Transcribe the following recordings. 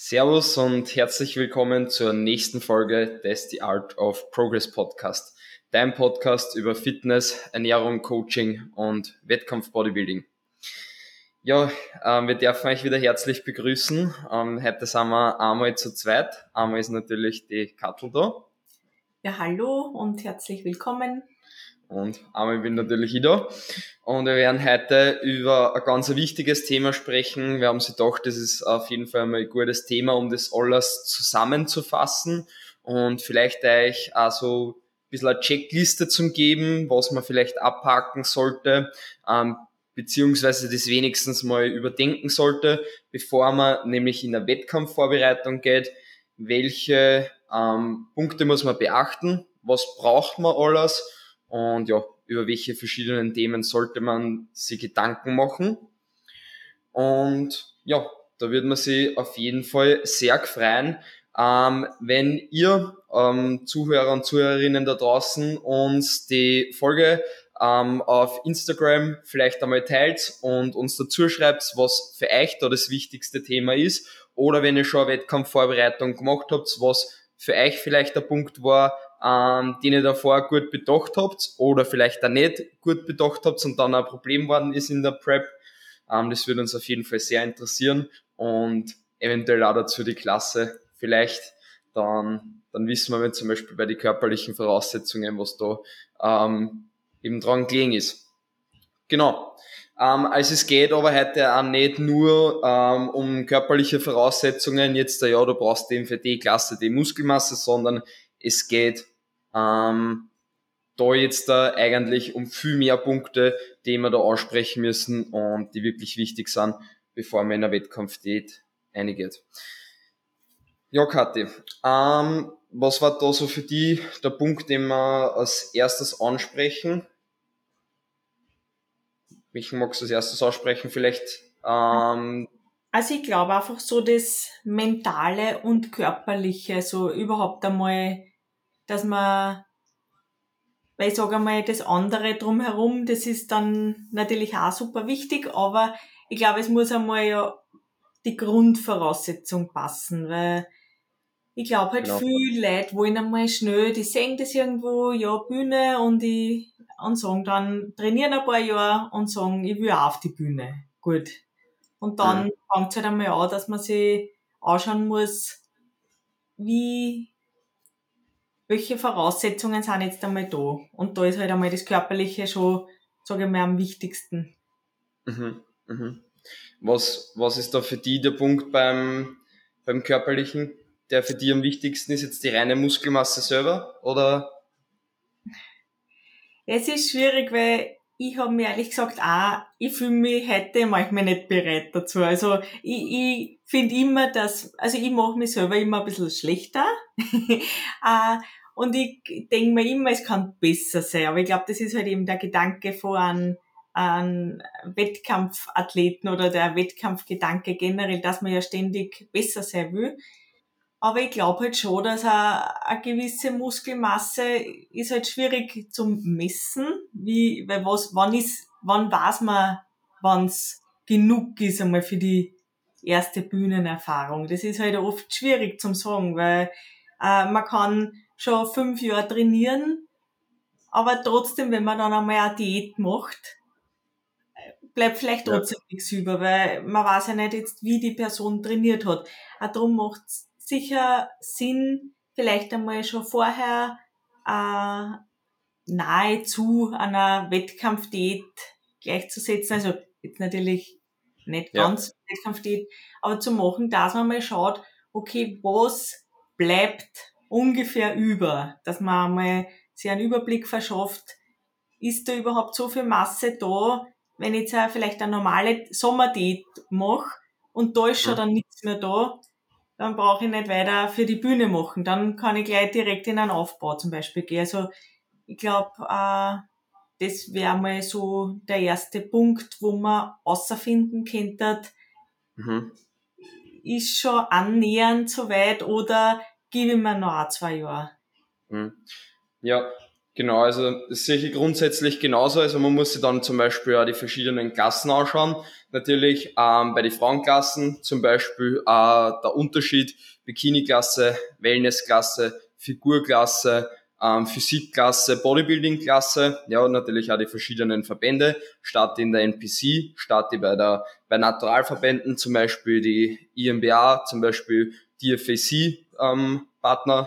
Servus und herzlich willkommen zur nächsten Folge des The Art of Progress Podcast. Dein Podcast über Fitness, Ernährung, Coaching und Wettkampf-Bodybuilding. Ja, wir dürfen euch wieder herzlich begrüßen. Heute sind wir einmal zu zweit. Einmal ist natürlich die Kattel da. Ja, hallo und herzlich willkommen. Und einmal bin natürlich ich da. Und wir werden heute über ein ganz wichtiges Thema sprechen. Wir haben sich gedacht, das ist auf jeden Fall mal ein gutes Thema, um das alles zusammenzufassen und vielleicht euch auch so ein bisschen eine Checkliste zu geben, was man vielleicht abhaken sollte, beziehungsweise das wenigstens mal überdenken sollte, bevor man nämlich in eine Wettkampfvorbereitung geht. Welche Punkte muss man beachten? Was braucht man alles? Und ja, über welche verschiedenen Themen sollte man sich Gedanken machen. Und ja, da würde man sich auf jeden Fall sehr freuen, wenn ihr Zuhörer und Zuhörerinnen da draußen uns die Folge auf Instagram vielleicht einmal teilt und uns dazu schreibt, was für euch da das wichtigste Thema ist. Oder wenn ihr schon eine Wettkampfvorbereitung gemacht habt, was für euch vielleicht der Punkt war, den ihr davor gut bedacht habt oder vielleicht auch nicht gut bedacht habt und dann ein Problem worden ist in der Prep. Das würde uns auf jeden Fall sehr interessieren und eventuell auch dazu die Klasse vielleicht. Dann wissen wir zum Beispiel bei den körperlichen Voraussetzungen, was da eben dran gelegen ist. Genau. Also es geht aber heute auch nicht nur um körperliche Voraussetzungen, jetzt ja, du brauchst eben für die Klasse die Muskelmasse, sondern es geht da jetzt eigentlich um viel mehr Punkte, die wir da ansprechen müssen und die wirklich wichtig sind, bevor man in einer Wettkampfdiät eingeht. Ja, Kathi, was war da so für dich der Punkt, den wir als erstes ansprechen? Welchen magst du als erstes aussprechen? Vielleicht Also ich glaube einfach so das Mentale und Körperliche, so überhaupt einmal, dass man, weil ich sage einmal, das andere drumherum, das ist dann natürlich auch super wichtig, aber ich glaube, es muss einmal ja die Grundvoraussetzung passen, weil ich glaube halt genau. viele Leute wollen einmal schnell, die sehen das irgendwo, ja, Bühne und sagen dann, trainieren ein paar Jahre und sagen, ich will auch auf die Bühne. Gut. Und dann fängt es halt einmal an, dass man sich anschauen muss, welche Voraussetzungen sind jetzt einmal da. Und da ist halt einmal das Körperliche schon, sage ich mal, am wichtigsten. Mhm. Mhm. Was ist da für dich der Punkt beim Körperlichen, der für dich am wichtigsten ist? Jetzt die reine Muskelmasse selber oder? Es ist schwierig, weil ich habe mir ehrlich gesagt auch, ich fühle mich heute manchmal nicht bereit dazu. Also ich finde immer, also ich mache mich selber immer ein bisschen schlechter. Und ich denke mir immer, es kann besser sein. Aber ich glaube, das ist halt eben der Gedanke von einem Wettkampfathleten oder der Wettkampfgedanke generell, dass man ja ständig besser sein will. Aber ich glaube halt schon, dass eine gewisse Muskelmasse ist halt schwierig zum Messen. Weil wann weiß man, wann's genug ist einmal für die erste Bühnenerfahrung. Das ist halt oft schwierig zum sagen, weil man kann schon 5 Jahre trainieren, aber trotzdem, wenn man dann einmal eine Diät macht, bleibt vielleicht Ja. trotzdem nichts über, weil man weiß ja nicht jetzt, wie die Person trainiert hat. Auch darum macht es sicher Sinn, vielleicht einmal schon vorher nahezu einer Wettkampfdiät gleichzusetzen. Also jetzt natürlich nicht Ja. ganz Wettkampfdiät, aber zu machen, dass man mal schaut, okay, was bleibt ungefähr über, dass man mal sich einen Überblick verschafft, ist da überhaupt so viel Masse da, wenn ich jetzt auch vielleicht eine normale Sommerdiät mache und da ist schon dann nichts mehr da, dann brauche ich nicht weiter für die Bühne machen. Dann kann ich gleich direkt in einen Aufbau zum Beispiel gehen. Also ich glaube, das wäre mal so der erste Punkt, wo man außerfinden könnte, Mhm. ist schon annähernd so weit oder gebe ich mir noch ein, 2 Jahre. Mhm. Ja. Genau, also das sehe ich grundsätzlich genauso. Also man muss sich dann zum Beispiel auch die verschiedenen Klassen anschauen. Natürlich bei den Frauenklassen zum Beispiel der Unterschied Bikini-Klasse, Wellness-Klasse, Figurklasse, Physik-Klasse, Bodybuilding-Klasse, ja und natürlich auch die verschiedenen Verbände. Starte in der NPC, starte bei Naturalverbänden, zum Beispiel die IMBA, zum Beispiel die FAC Partner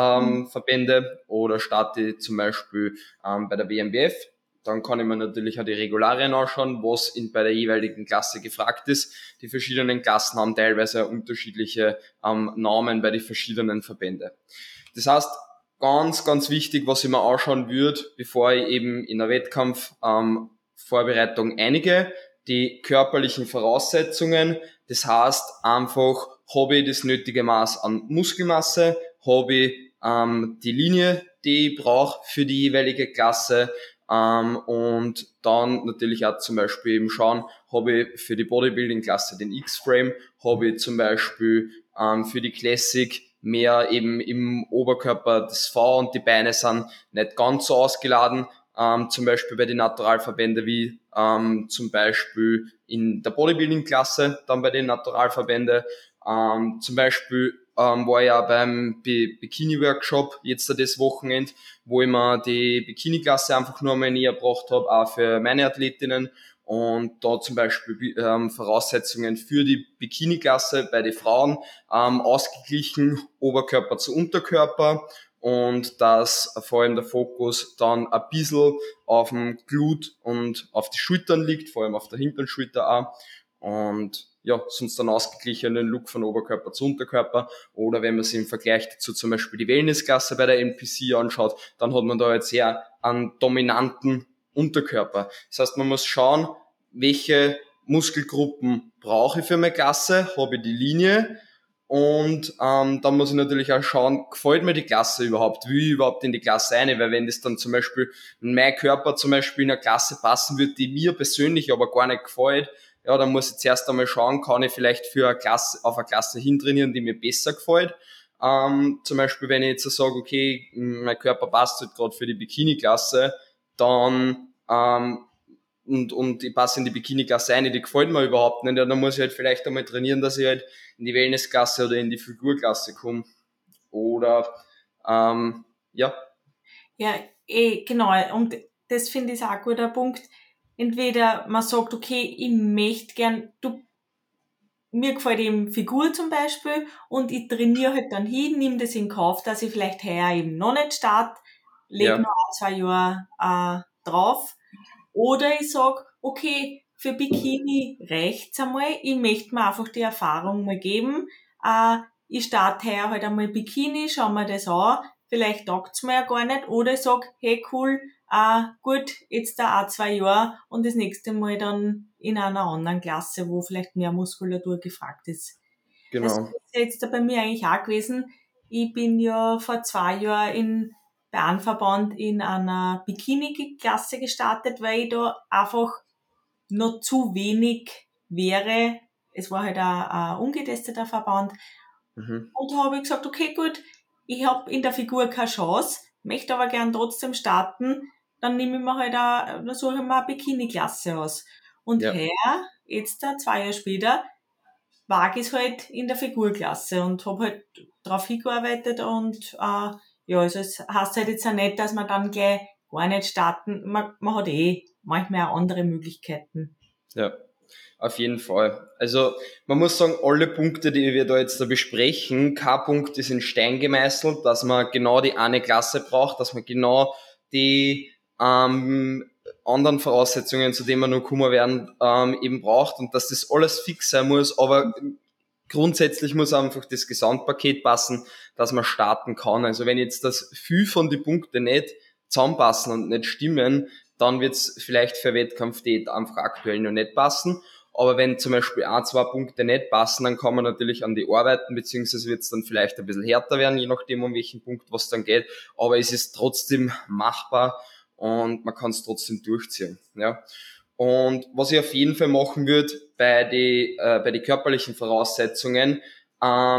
Verbände oder starte zum Beispiel bei der WMBF. Dann kann ich mir natürlich auch die Regularien anschauen, was bei der jeweiligen Klasse gefragt ist. Die verschiedenen Klassen haben teilweise unterschiedliche Namen bei den verschiedenen Verbänden. Das heißt, ganz, ganz wichtig, was ich mir anschauen würde, bevor ich eben in der Wettkampf Vorbereitung einige, die körperlichen Voraussetzungen. Das heißt einfach, habe ich das nötige Maß an Muskelmasse, habe ich die Linie, die ich brauche für die jeweilige Klasse, und dann natürlich auch zum Beispiel eben schauen, habe ich für die Bodybuilding-Klasse den X-Frame, habe ich zum Beispiel für die Classic mehr eben im Oberkörper das V und die Beine sind nicht ganz so ausgeladen, zum Beispiel bei den Naturalverbänden wie zum Beispiel in der Bodybuilding-Klasse, dann bei den Naturalverbänden, zum Beispiel war ja beim Bikini-Workshop jetzt das Wochenende, wo ich mir die Bikini-Klasse einfach nur mal näher gebracht habe, auch für meine Athletinnen. Und da zum Beispiel Voraussetzungen für die Bikini-Klasse bei den Frauen, ausgeglichen Oberkörper zu Unterkörper, und dass vor allem der Fokus dann ein bisschen auf dem Glut und auf die Schultern liegt, vor allem auf der hinteren Schulter auch. Und ja, sonst einen ausgeglichenen Look von Oberkörper zu Unterkörper. Oder wenn man sich im Vergleich dazu zum Beispiel die Wellnessklasse bei der NPC anschaut, dann hat man da jetzt eher einen dominanten Unterkörper. Das heißt, man muss schauen, welche Muskelgruppen brauche ich für meine Klasse, habe ich die Linie, und dann muss ich natürlich auch schauen, gefällt mir die Klasse überhaupt, will ich überhaupt in die Klasse rein, weil wenn das dann zum Beispiel in mein Körper zum Beispiel in eine Klasse passen würde, die mir persönlich aber gar nicht gefällt, ja, dann muss ich zuerst einmal schauen, kann ich vielleicht für eine Klasse, auf eine Klasse hintrainieren, die mir besser gefällt. Zum Beispiel, wenn ich jetzt so sage, okay, mein Körper passt halt gerade für die Bikini-Klasse, dann und ich passe in die Bikini-Klasse ein, die gefällt mir überhaupt nicht, ja, dann muss ich halt vielleicht einmal trainieren, dass ich halt in die Wellness-Klasse oder in die Figurklasse komme. Oder ja. Ja, genau. Und das finde ich auch ein guter Punkt. Entweder man sagt, okay, ich möchte gern, mir gefällt eben Figur zum Beispiel und ich trainiere halt dann hin, nehme das in Kauf, dass ich vielleicht heuer eben noch nicht starte, lege noch 2 Jahre drauf. Oder ich sag, okay, für Bikini reicht's einmal, ich möchte mir einfach die Erfahrung mal geben. Ich starte heuer halt einmal Bikini, schau mir das an, vielleicht taugt's mir ja gar nicht. Oder ich sag, hey cool, gut, jetzt da auch 2 Jahre und das nächste Mal dann in einer anderen Klasse, wo vielleicht mehr Muskulatur gefragt ist. Das Genau. ist jetzt bei mir eigentlich auch gewesen. Ich bin ja vor 2 Jahren bei einem Verband in einer Bikini-Klasse gestartet, weil ich da einfach noch zu wenig wäre. Es war halt ein ungetesteter Verband. Mhm. Und da habe ich gesagt, okay, gut, ich habe in der Figur keine Chance, möchte aber gern trotzdem starten, dann nehme ich mir halt dann suche ich mir eine Bikini-Klasse aus. Und Ja. jetzt 2 Jahre später, wage ich es halt in der Figurklasse und habe halt drauf hingearbeitet und ja, also es heißt halt jetzt auch nicht, dass man dann gleich gar nicht starten, man hat manchmal auch andere Möglichkeiten. Ja. Auf jeden Fall. Also man muss sagen, alle Punkte, die wir da jetzt da besprechen, kein Punkt ist in Stein gemeißelt, dass man genau die eine Klasse braucht, dass man genau die anderen Voraussetzungen, zu denen wir noch kommen werden, eben braucht, und dass das alles fix sein muss, aber grundsätzlich muss einfach das Gesamtpaket passen, dass man starten kann. Also wenn jetzt das viel von die Punkte nicht zusammenpassen und nicht stimmen, dann wird es vielleicht für Wettkampfdiät einfach aktuell noch nicht passen. Aber wenn zum Beispiel 1, 2 Punkte nicht passen, dann kann man natürlich an die arbeiten, beziehungsweise wird es dann vielleicht ein bisschen härter werden, je nachdem, um welchen Punkt was dann geht. Aber es ist trotzdem machbar und man kann es trotzdem durchziehen. Ja. Und was ich auf jeden Fall machen würde bei die körperlichen Voraussetzungen,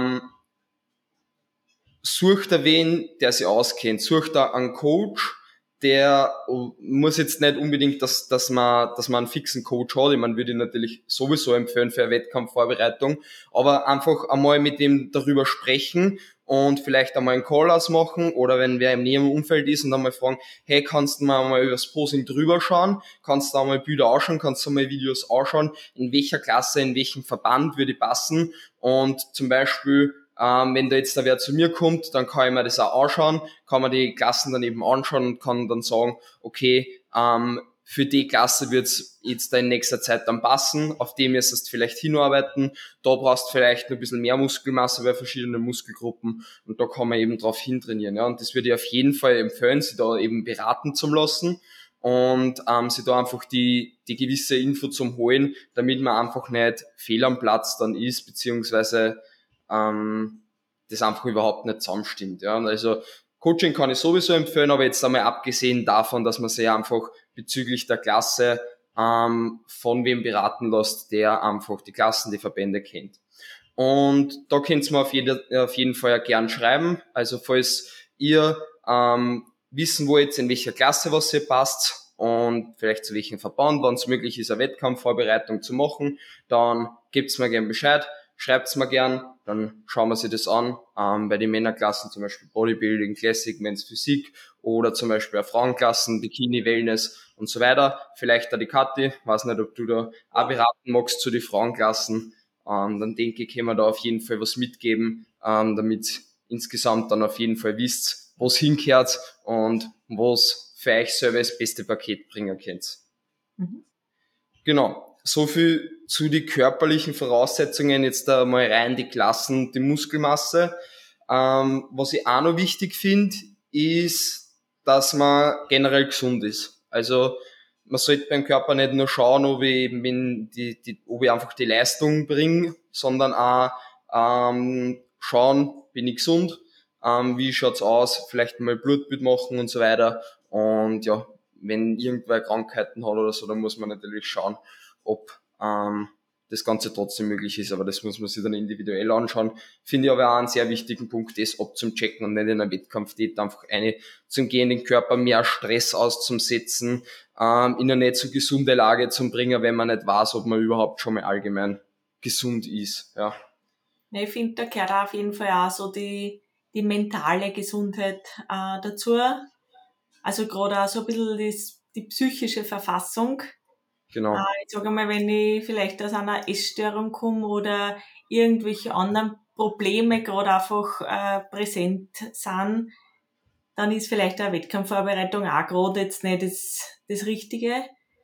sucht da wen, der sich auskennt. Sucht da einen Coach, der muss jetzt nicht unbedingt, dass man einen fixen Coach hat. Ich meine, würde ich natürlich sowieso empfehlen für eine Wettkampfvorbereitung, aber einfach einmal mit dem darüber sprechen und vielleicht einmal einen Call ausmachen oder wenn wer im näheren Umfeld ist und einmal fragen, hey, kannst du mal über das Posing drüber schauen? Kannst du einmal Bilder anschauen? Kannst du mal Videos anschauen? In welcher Klasse, in welchem Verband würde passen? Und zum Beispiel wenn da jetzt da wer zu mir kommt, dann kann ich mir das auch anschauen, kann man die Klassen dann eben anschauen und kann dann sagen, okay, für die Klasse wird's jetzt da in nächster Zeit dann passen, auf dem müsstest du vielleicht hinarbeiten, da brauchst du vielleicht noch ein bisschen mehr Muskelmasse bei verschiedenen Muskelgruppen und da kann man eben drauf hintrainieren. Ja. Und das würde ich auf jeden Fall empfehlen, sich da eben beraten zu lassen und sich da einfach die gewisse Info zum holen, damit man einfach nicht fehl am Platz dann ist, beziehungsweise das einfach überhaupt nicht zusammenstimmt. Ja. Also Coaching kann ich sowieso empfehlen, aber jetzt einmal abgesehen davon, dass man sich einfach bezüglich der Klasse von wem beraten lässt, der einfach die Klassen, die Verbände kennt. Und da könnt ihr mir auf jeden Fall ja gern schreiben. Also falls ihr wissen wollt, in welcher Klasse was ihr passt und vielleicht zu welchem Verband, wann es möglich ist, eine Wettkampfvorbereitung zu machen, dann gebt's mir gern Bescheid. Schreibt's mir gern, dann schauen wir sich das an. Bei den Männerklassen zum Beispiel Bodybuilding, Classic, Men's Physik oder zum Beispiel auch Frauenklassen, Bikini, Wellness und so weiter. Vielleicht da die Kathi, weiß nicht, ob du da auch beraten magst zu den Frauenklassen. Dann denke ich, können wir da auf jeden Fall was mitgeben, damit insgesamt dann auf jeden Fall wisst, wo es hinkehrt und was für euch selber das beste Paket bringen könnt. Mhm. Genau. So viel zu die körperlichen Voraussetzungen, jetzt da mal rein die Klassen, die Muskelmasse. Was ich auch noch wichtig finde, ist, dass man generell gesund ist. Also man sollte beim Körper nicht nur schauen, ob ich eben ob ich einfach die Leistung bringe, sondern auch schauen, bin ich gesund, wie schaut's aus, vielleicht mal Blutbild machen und so weiter. Und ja, wenn irgendwer Krankheiten hat oder so, dann muss man natürlich schauen, ob das Ganze trotzdem möglich ist, aber das muss man sich dann individuell anschauen. Finde ich aber auch einen sehr wichtigen Punkt, das abzuchecken und nicht in einer Wettkampfdiät einfach zum Gehen, den Körper mehr Stress auszusetzen, in eine nicht so gesunde Lage zu bringen, wenn man nicht weiß, ob man überhaupt schon mal allgemein gesund ist. Ja. Ich finde, da gehört auch auf jeden Fall auch so die mentale Gesundheit dazu. Also gerade auch so ein bisschen die psychische Verfassung. Genau. Ich sage mal, wenn ich vielleicht aus einer Essstörung komme oder irgendwelche anderen Probleme gerade einfach präsent sind, dann ist vielleicht eine Wettkampfvorbereitung auch gerade jetzt nicht das Richtige.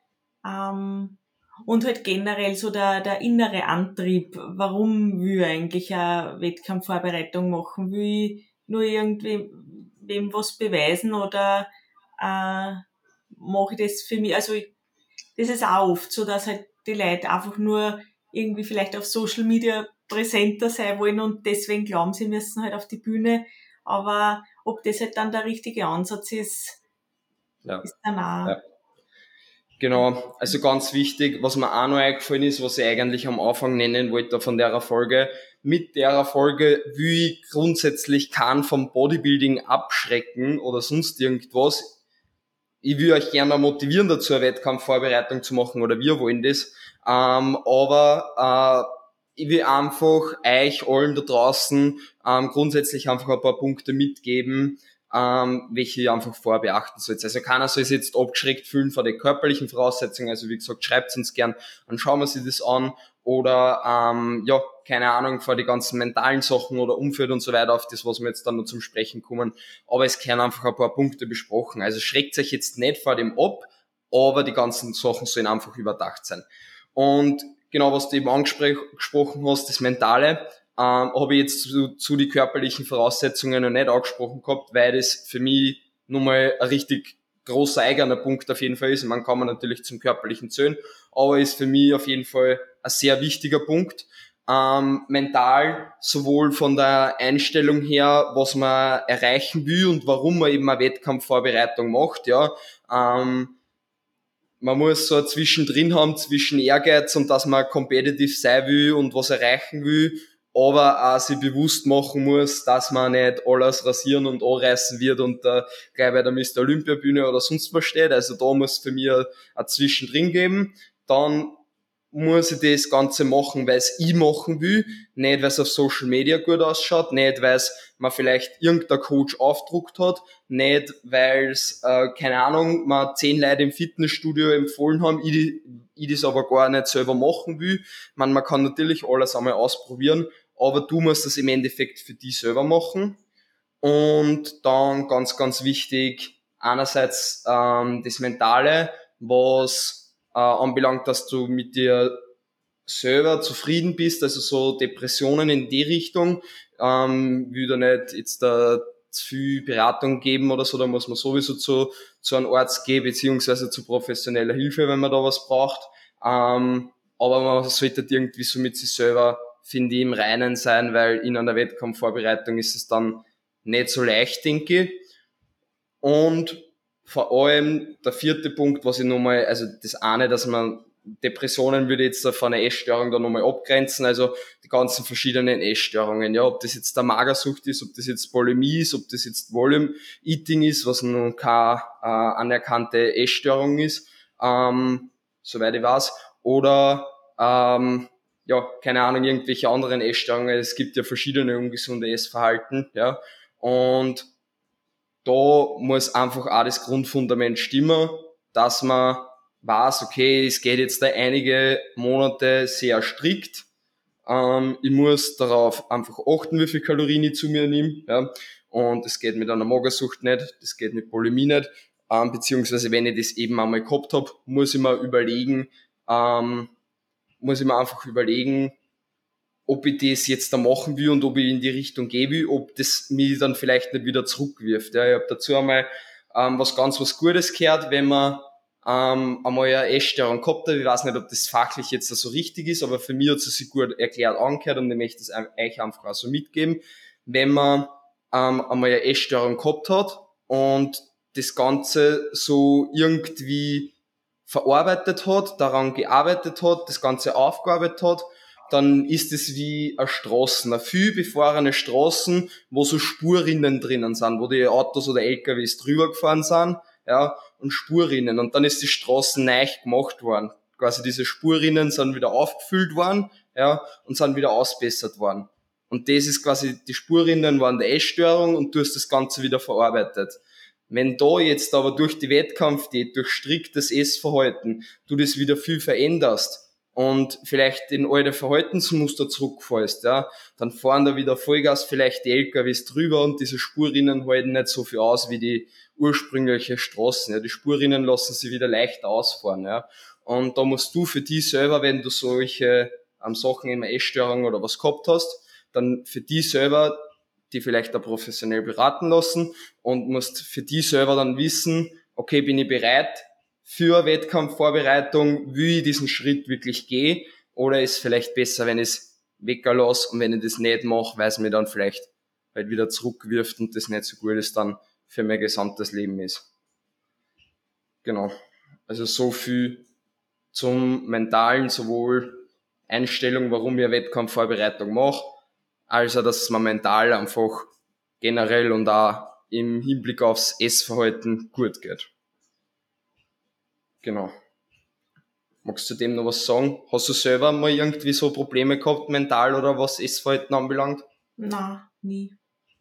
Und halt generell so der innere Antrieb, warum will ich eigentlich eine Wettkampfvorbereitung machen? Will ich nur irgendwie wem was beweisen oder mache ich das für mich? Also das ist auch oft so, dass halt die Leute einfach nur irgendwie vielleicht auf Social Media präsenter sein wollen und deswegen glauben, sie müssen halt auf die Bühne. Aber ob das halt dann der richtige Ansatz ist, ist dann auch... Ja. Genau, also ganz wichtig, was mir auch noch eingefallen ist, was ich eigentlich am Anfang nennen wollte von der Folge. Mit der Folge will ich grundsätzlich keinen vom Bodybuilding abschrecken oder sonst irgendwas. Ich will euch gerne motivieren dazu, eine Wettkampfvorbereitung zu machen oder wir wollen das. Aber ich will einfach euch allen da draußen grundsätzlich einfach ein paar Punkte mitgeben, welche ihr einfach vorher beachten sollt. Also keiner soll sich jetzt abgeschreckt fühlen vor den körperlichen Voraussetzungen. Also wie gesagt, schreibt uns gern, dann schauen wir sich das an. Oder ja, keine Ahnung, vor die ganzen mentalen Sachen oder Umfeld und so weiter, auf das, was wir jetzt dann noch zum Sprechen kommen. Aber es werden einfach ein paar Punkte besprochen. Also schreckt euch jetzt nicht vor dem ab, aber die ganzen Sachen sollen einfach überdacht sein. Und genau, was du eben angesprochen hast, das Mentale, habe ich jetzt zu die körperlichen Voraussetzungen noch nicht angesprochen gehabt, weil das für mich nochmal ein richtig großer eigener Punkt auf jeden Fall ist. Man kann man natürlich zum körperlichen zählen, aber ist für mich auf jeden Fall ein sehr wichtiger Punkt. Mental, sowohl von der Einstellung her, was man erreichen will und warum man eben eine Wettkampfvorbereitung macht, ja. Man muss so zwischendrin haben, zwischen Ehrgeiz und dass man competitive sein will und was erreichen will aber auch sich bewusst machen muss, dass man nicht alles rasieren und anreißen wird und gleich bei der Mr. Olympia-Bühne oder sonst was steht. Also da muss es für mich ein Zwischendrin geben. Dann muss ich das Ganze machen, weil es ich machen will, nicht weil es auf Social Media gut ausschaut, nicht weil es man vielleicht irgendein Coach aufgedruckt hat, nicht weil es, keine Ahnung, man 10 Leute im Fitnessstudio empfohlen haben, ich das aber gar nicht selber machen will. Man kann natürlich alles einmal ausprobieren, aber du musst das im Endeffekt für dich selber machen. Und dann ganz, ganz wichtig, einerseits das Mentale, was anbelangt, dass du mit dir selber zufrieden bist, also so Depressionen in die Richtung, will da nicht jetzt da zu viel Beratung geben oder so, da muss man sowieso zu einem Arzt gehen, beziehungsweise zu professioneller Hilfe, wenn man da was braucht. Aber man sollte irgendwie so mit sich selber, finde ich, im Reinen sein, weil in einer Wettkampfvorbereitung ist es dann nicht so leicht, denke ich. Und vor allem der vierte Punkt, was ich nochmal, also das eine, dass man Depressionen würde jetzt von einer Essstörung dann nochmal abgrenzen, also die ganzen verschiedenen Essstörungen, ja, ob das jetzt der Magersucht ist, ob das jetzt Bulimie ist, ob das jetzt Volume Eating ist, was nun keine anerkannte Essstörung ist, soweit ich weiß, oder ja, keine Ahnung, irgendwelche anderen Essstörungen, es gibt ja verschiedene ungesunde Essverhalten, ja, und da muss einfach auch das Grundfundament stimmen, dass man weiß, okay, es geht jetzt da einige Monate sehr strikt. Ich muss darauf einfach achten, wie viel Kalorien ich zu mir nehme. Ja. Und es geht mit einer Magersucht nicht, das geht mit Bulimie nicht. Beziehungsweise wenn ich das eben einmal gehabt habe, muss ich mir einfach überlegen, ob ich das jetzt da machen will und ob ich in die Richtung gehen will, ob das mich dann vielleicht nicht wieder zurückwirft. Ja, ich habe dazu einmal was Gutes gehört, wenn man einmal eine Essstörung gehabt hat. Ich weiß nicht, ob das fachlich jetzt so richtig ist, aber für mich hat es sich gut erklärt angehört und ich möchte es euch einfach auch so mitgeben. Wenn man einmal eine Essstörung gehabt hat und das Ganze so irgendwie verarbeitet hat, daran gearbeitet hat, das Ganze aufgearbeitet hat, dann ist es wie eine Straßen, eine viel befahrene Straßen, wo so Spurrinnen drinnen sind, wo die Autos oder LKWs drüber gefahren sind, ja, und Spurrinnen. Und dann ist die Straße neu gemacht worden. Quasi diese Spurrinnen sind wieder aufgefüllt worden, ja, und sind wieder ausbessert worden. Und das ist quasi, die Spurrinnen waren der Essstörung und du hast das Ganze wieder verarbeitet. Wenn da jetzt aber durch die Wettkampfdiät, durch striktes Essverhalten, du das wieder viel veränderst, und vielleicht in alte Verhaltensmuster zurückfallst, ja, dann fahren da wieder Vollgas vielleicht die LKWs drüber und diese Spurrinnen halten nicht so viel aus wie die ursprüngliche Straßen. Ja. Die Spurrinnen lassen sich wieder leichter ausfahren. Ja. Und da musst du für dich selber, wenn du solche Sachen immer Essstörungen oder was gehabt hast, dann für dich selber die vielleicht da professionell beraten lassen und musst für dich selber dann wissen, okay, bin ich bereit, für Wettkampfvorbereitung, wie ich diesen Schritt wirklich gehe, oder ist vielleicht besser, wenn ich es weglasse und wenn ich das nicht mache, weil es mir dann vielleicht halt wieder zurückwirft und das nicht so gut ist dann für mein gesamtes Leben ist. Genau. Also so viel zum mentalen, sowohl Einstellung, warum ich eine Wettkampfvorbereitung mache, als auch, dass es mir mental einfach generell und auch im Hinblick aufs Essverhalten gut geht. Genau. Magst du dem noch was sagen? Hast du selber mal irgendwie so Probleme gehabt, mental oder was Essverhalten anbelangt? Na, nie.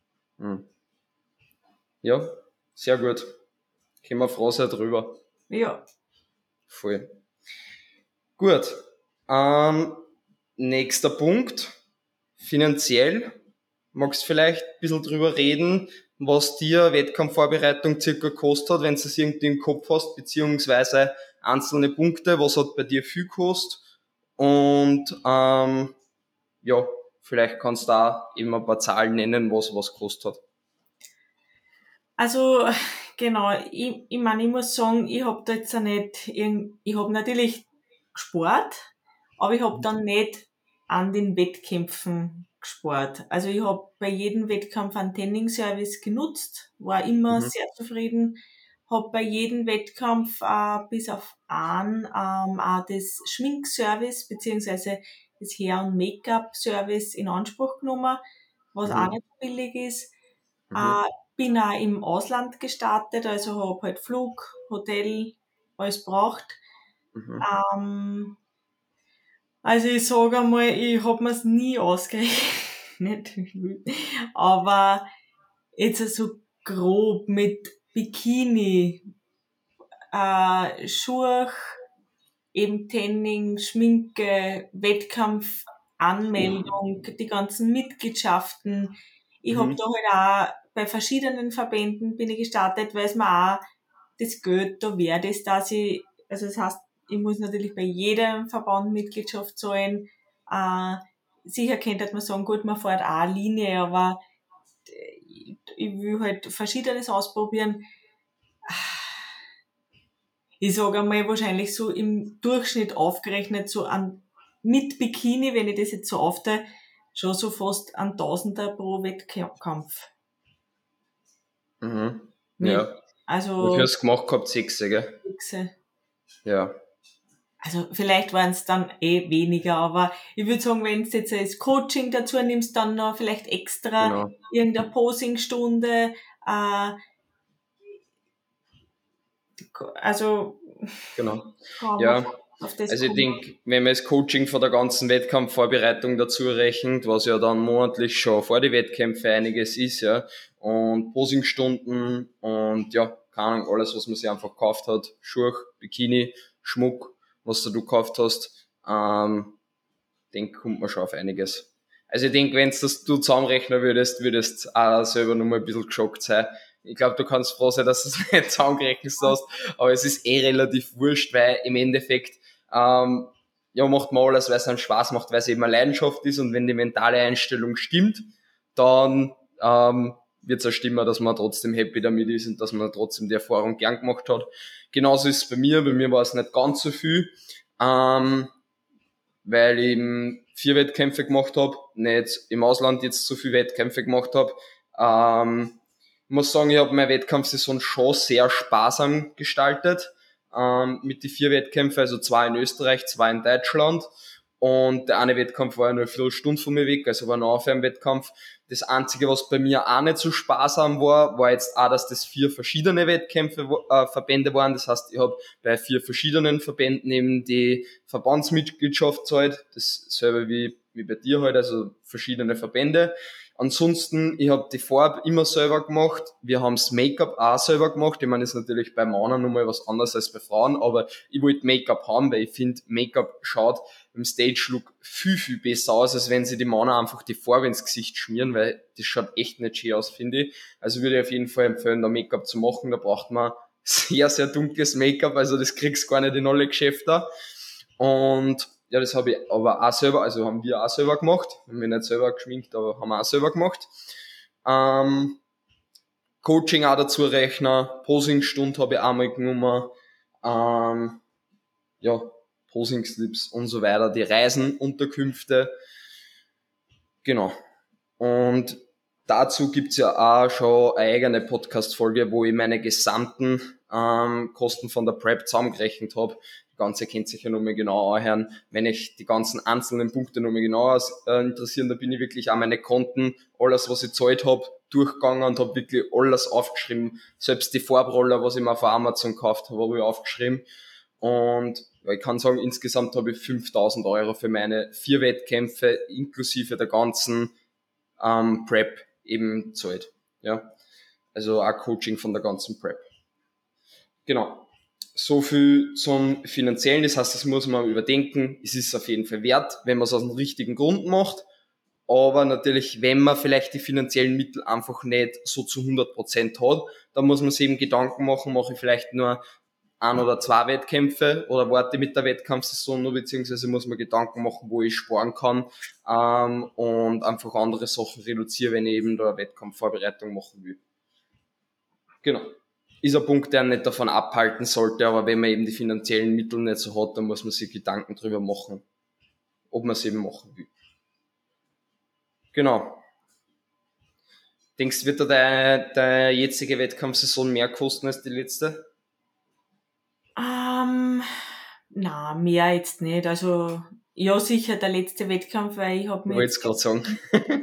Ja, sehr gut. Können wir froh sein drüber. Ja. Voll. Gut. Nächster Punkt. Finanziell. Magst du vielleicht ein bisschen drüber reden, was dir Wettkampfvorbereitung circa gekostet hat, wenn du es irgendwie im Kopf hast, beziehungsweise einzelne Punkte, was hat bei dir viel gekostet? Und ja, vielleicht kannst du da eben ein paar Zahlen nennen, was gekostet hat. Also, genau, ich meine, ich muss sagen, ich hab da jetzt auch nicht, ich hab natürlich gespart, aber ich hab dann nicht an den Wettkämpfen gespart. Also ich hab bei jedem Wettkampf einen Tending-Service genutzt, war immer sehr zufrieden, hab bei jedem Wettkampf bis auf einen auch das Schminkservice, beziehungsweise das Hair- und Make-up-Service in Anspruch genommen, was auch nicht billig ist. Bin auch im Ausland gestartet, also habe halt Flug, Hotel, alles braucht. Also ich sage einmal, ich hab mir's nie ausgerechnet, aber jetzt so grob mit Bikini, Schuhe, eben Tanning, Schminke, Wettkampfanmeldung, die ganzen Mitgliedschaften. Ich hab da halt auch bei verschiedenen Verbänden bin ich gestartet, weil es mir auch das Geld da wert ist, dass ich, also das heißt, ich muss natürlich bei jedem Verband Mitgliedschaft zahlen. Sicher könnte man sagen, gut, man fährt auch eine Linie, aber ich will halt Verschiedenes ausprobieren. Ich sage einmal wahrscheinlich so im Durchschnitt aufgerechnet, so mit Bikini, wenn ich das jetzt so aufteile, schon so fast ein Tausender pro Wettkampf. Ja. Also, Wofür hast du gemacht gehabt? 6, gell? 6. Ja. Also vielleicht waren es dann weniger, aber ich würde sagen, wenn du jetzt das Coaching dazu nimmst, dann noch vielleicht extra irgendeine Posingstunde, also Genau. kann man Ja. auf das Also ich kommen. denke, wenn man das Coaching von der ganzen Wettkampfvorbereitung dazu rechnet, was ja dann monatlich schon vor die Wettkämpfe einiges ist, ja, und Posingstunden und ja, keine Ahnung, alles, was man sich einfach gekauft hat, Schuhe, Bikini, Schmuck, was du gekauft hast, denke, kommt man schon auf einiges. Also ich denke, wenn du zusammenrechnen würdest auch selber noch mal ein bisschen geschockt sein. Ich glaube, du kannst froh sein, dass du es nicht zusammengerechnet hast, aber es ist relativ wurscht, weil im Endeffekt ja, macht man alles, weil es einem Spaß macht, weil es eben eine Leidenschaft ist und wenn die mentale Einstellung stimmt, dann wird es auch stimmen, dass man trotzdem happy damit ist und dass man trotzdem die Erfahrung gern gemacht hat. Genauso ist es bei mir war es nicht ganz so viel, weil ich eben 4 Wettkämpfe gemacht habe, nicht im Ausland jetzt so viele Wettkämpfe gemacht habe. Ich muss sagen, ich habe meine Wettkampfsaison schon sehr sparsam gestaltet mit die 4 Wettkämpfen, also 2 in Österreich, 2 in Deutschland. Und der eine Wettkampf war ja nur eine Viertelstunde von mir weg, also war noch auf einem Wettkampf. Das Einzige, was bei mir auch nicht so sparsam war jetzt auch, dass das 4 verschiedene Wettkämpfe, Verbände waren. Das heißt, ich habe bei 4 verschiedenen Verbänden eben die Verbandsmitgliedschaft zahlt. Dasselbe wie bei dir halt, also verschiedene Verbände. Ansonsten, ich habe die Farbe immer selber gemacht. Wir haben das Make-up auch selber gemacht. Ich meine, das ist natürlich bei Männern nochmal was anderes als bei Frauen, aber ich wollte Make-up haben, weil ich finde, Make-up schaut im Stage-Look viel, viel besser aus, als wenn sie die Männer einfach die Farbe ins Gesicht schmieren, weil das schaut echt nicht schön aus, finde ich. Also würde ich auf jeden Fall empfehlen, da Make-up zu machen. Da braucht man sehr, sehr dunkles Make-up, also das kriegst du gar nicht in alle Geschäfte. Und ja, das habe ich aber auch selber, also haben wir auch selber gemacht. Haben wir nicht selber geschminkt, aber haben wir auch selber gemacht. Coaching auch dazu rechnen, Posingstunde habe ich einmal genommen, ja, Posingslips und so weiter, die Reisenunterkünfte. Genau. Und dazu gibt's ja auch schon eine eigene Podcast-Folge, wo ich meine gesamten Kosten von der Prep zusammengerechnet habe. Die ganze könnt sich ja nochmal genau anhören. Wenn ich die ganzen einzelnen Punkte nochmal genauer interessieren, da bin ich wirklich auch meine Konten, alles was ich gezahlt habe, durchgegangen und habe wirklich alles aufgeschrieben. Selbst die Farbroller, was ich mir auf Amazon gekauft habe, habe ich aufgeschrieben. Und ja, ich kann sagen, insgesamt habe ich 5.000 Euro für meine 4 Wettkämpfe inklusive der ganzen Prep eben zahlt. Ja. Also auch Coaching von der ganzen Prep. Genau. So viel zum Finanziellen. Das heißt, das muss man überdenken. Es ist auf jeden Fall wert, wenn man es aus dem richtigen Grund macht. Aber natürlich, wenn man vielleicht die finanziellen Mittel einfach nicht so zu 100% hat, dann muss man sich eben Gedanken machen, mache ich vielleicht nur 1 oder 2 Wettkämpfe oder warte mit der Wettkampfsaison nur, beziehungsweise muss man Gedanken machen, wo ich sparen kann und einfach andere Sachen reduzieren, wenn ich eben da eine Wettkampfvorbereitung machen will. Genau. Ist ein Punkt, der nicht davon abhalten sollte, aber wenn man eben die finanziellen Mittel nicht so hat, dann muss man sich Gedanken drüber machen, ob man es eben machen will. Genau. Denkst du, wird da deine jetzige Wettkampfsaison mehr kosten als die letzte? Na, mehr jetzt nicht. Also Ja, sicher der letzte Wettkampf, weil ich habe Ich mir wollte jetzt es gerade sagen.